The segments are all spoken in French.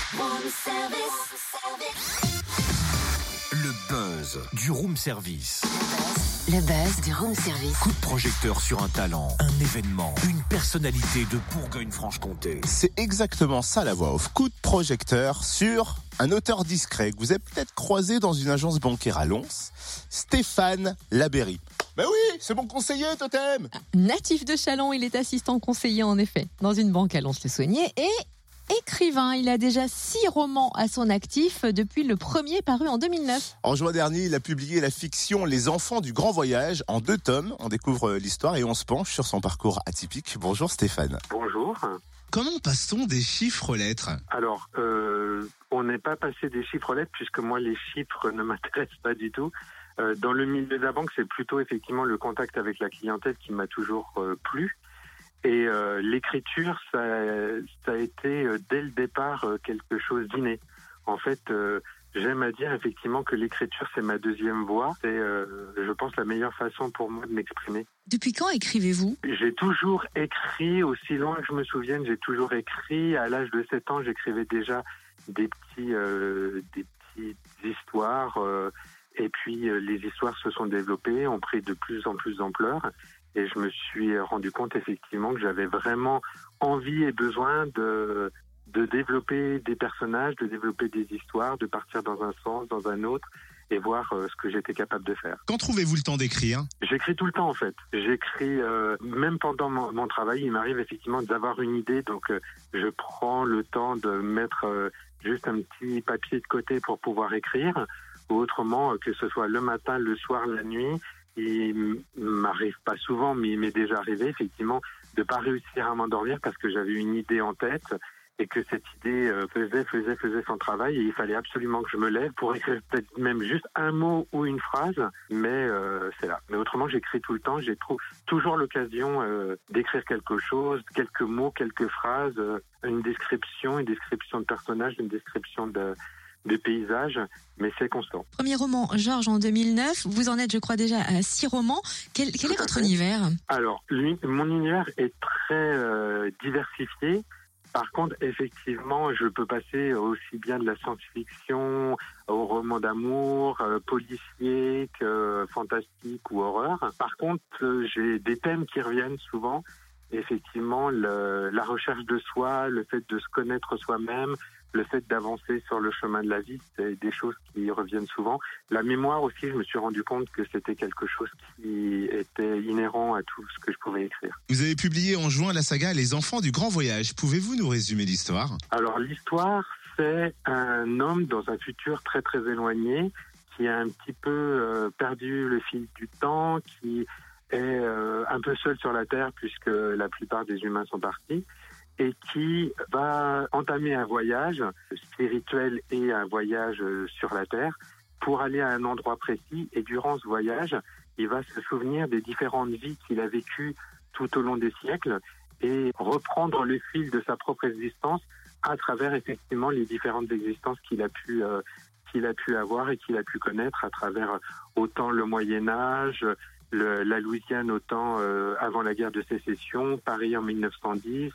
Room service. Le buzz du room service. Le buzz du room service. Coup de projecteur sur un talent, un événement, une personnalité de Bourgogne-Franche-Comté. C'est exactement ça la voix off. Coup de projecteur sur un auteur discret que vous avez peut-être croisé dans une agence bancaire à Lons, Stéphane Labéry. Ben oui, c'est mon conseiller, Totem. Natif de Châlons, il est assistant conseiller en effet dans une banque à Lons-le-Saunier et écrivain. Il a déjà 6 romans à son actif depuis le premier paru en 2009. En juin dernier, il a publié la fiction Les Enfants du Grand Voyage en 2 tomes. On découvre l'histoire et on se penche sur son parcours atypique. Bonjour Stéphane. Bonjour. Comment passe-t-on des chiffres aux lettres ? Alors, on n'est pas passé des chiffres aux lettres puisque moi, les chiffres ne m'intéressent pas du tout. Dans le milieu de la banque, c'est plutôt effectivement le contact avec la clientèle qui m'a toujours plu. Et l'écriture, ça a été dès le départ quelque chose d'inné. En fait, j'aime à dire effectivement que l'écriture, c'est ma deuxième voix. C'est, je pense, la meilleure façon pour moi de m'exprimer. Depuis quand écrivez-vous ? J'ai toujours écrit, aussi loin que je me souvienne, j'ai toujours écrit. À l'âge de 7 ans, j'écrivais déjà des petites histoires. Et puis, les histoires se sont développées, ont pris de plus en plus d'ampleur. Et je me suis rendu compte effectivement que j'avais vraiment envie et besoin de développer des personnages, de développer des histoires, de partir dans un sens, dans un autre, et voir ce que j'étais capable de faire. Quand trouvez-vous le temps d'écrire ? J'écris tout le temps en fait. J'écris même pendant mon travail. Il m'arrive effectivement d'avoir une idée, donc je prends le temps de mettre juste un petit papier de côté pour pouvoir écrire. Ou autrement, que ce soit le matin, le soir, la nuit. Il m'arrive pas souvent, mais il m'est déjà arrivé effectivement de pas réussir à m'endormir parce que j'avais une idée en tête et que cette idée faisait son travail et il fallait absolument que je me lève pour écrire peut-être même juste un mot ou une phrase, mais c'est là. Mais autrement, j'écris tout le temps, j'ai toujours l'occasion d'écrire quelque chose, quelques mots, quelques phrases, une description de personnage, une description de paysages, mais c'est constant. Premier roman, Georges, en 2009. Vous en êtes, je crois, déjà à 6 romans. Quel est votre univers ? Alors, mon univers est très diversifié. Par contre, effectivement, je peux passer aussi bien de la science-fiction au roman d'amour, policier, que fantastique ou horreur. Par contre, j'ai des thèmes qui reviennent souvent. Effectivement, la recherche de soi, le fait de se connaître soi-même, le fait d'avancer sur le chemin de la vie, c'est des choses qui reviennent souvent. La mémoire aussi, je me suis rendu compte que c'était quelque chose qui était inhérent à tout ce que je pouvais écrire. Vous avez publié en juin la saga Les Enfants du Grand Voyage. Pouvez-vous nous résumer l'histoire ? Alors l'histoire, c'est un homme dans un futur très très éloigné qui a un petit peu perdu le fil du temps, qui est un peu seul sur la Terre puisque la plupart des humains sont partis, et qui va entamer un voyage spirituel et un voyage sur la Terre pour aller à un endroit précis. Et durant ce voyage, il va se souvenir des différentes vies qu'il a vécues tout au long des siècles et reprendre le fil de sa propre existence à travers effectivement les différentes existences qu'il a pu avoir et qu'il a pu connaître à travers autant le Moyen-Âge, la Louisiane autant avant la guerre de sécession, Paris en 1910,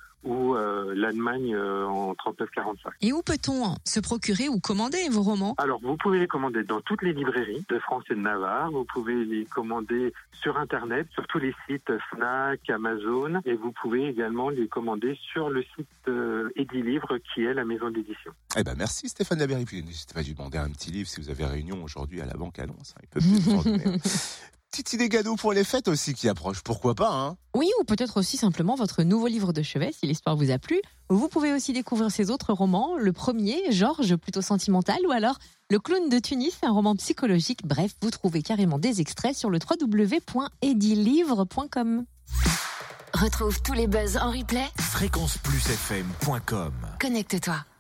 ou l'Allemagne en 39-45. Et où peut-on se procurer ou commander vos romans ? Alors, vous pouvez les commander dans toutes les librairies de France et de Navarre. Vous pouvez les commander sur Internet, sur tous les sites Fnac, Amazon. Et vous pouvez également les commander sur le site Edilivre, qui est la maison d'édition. Eh ben merci Stéphane Labéry. Puis n'hésitez pas à lui demander un petit livre si vous avez réunion aujourd'hui à la banque à Lons. Il peut peut-être vous en donner. Petite idée cadeau pour les fêtes aussi qui approchent, pourquoi pas, hein ? Oui, ou peut-être aussi simplement votre nouveau livre de chevet, si l'histoire vous a plu. Vous pouvez aussi découvrir ses autres romans. Le premier, Georges, plutôt sentimental, ou alors Le clown de Tunis, un roman psychologique. Bref, vous trouvez carrément des extraits sur le www.edilivre.com. Retrouve tous les buzz en replay. fréquenceplusfm.com. Connecte-toi.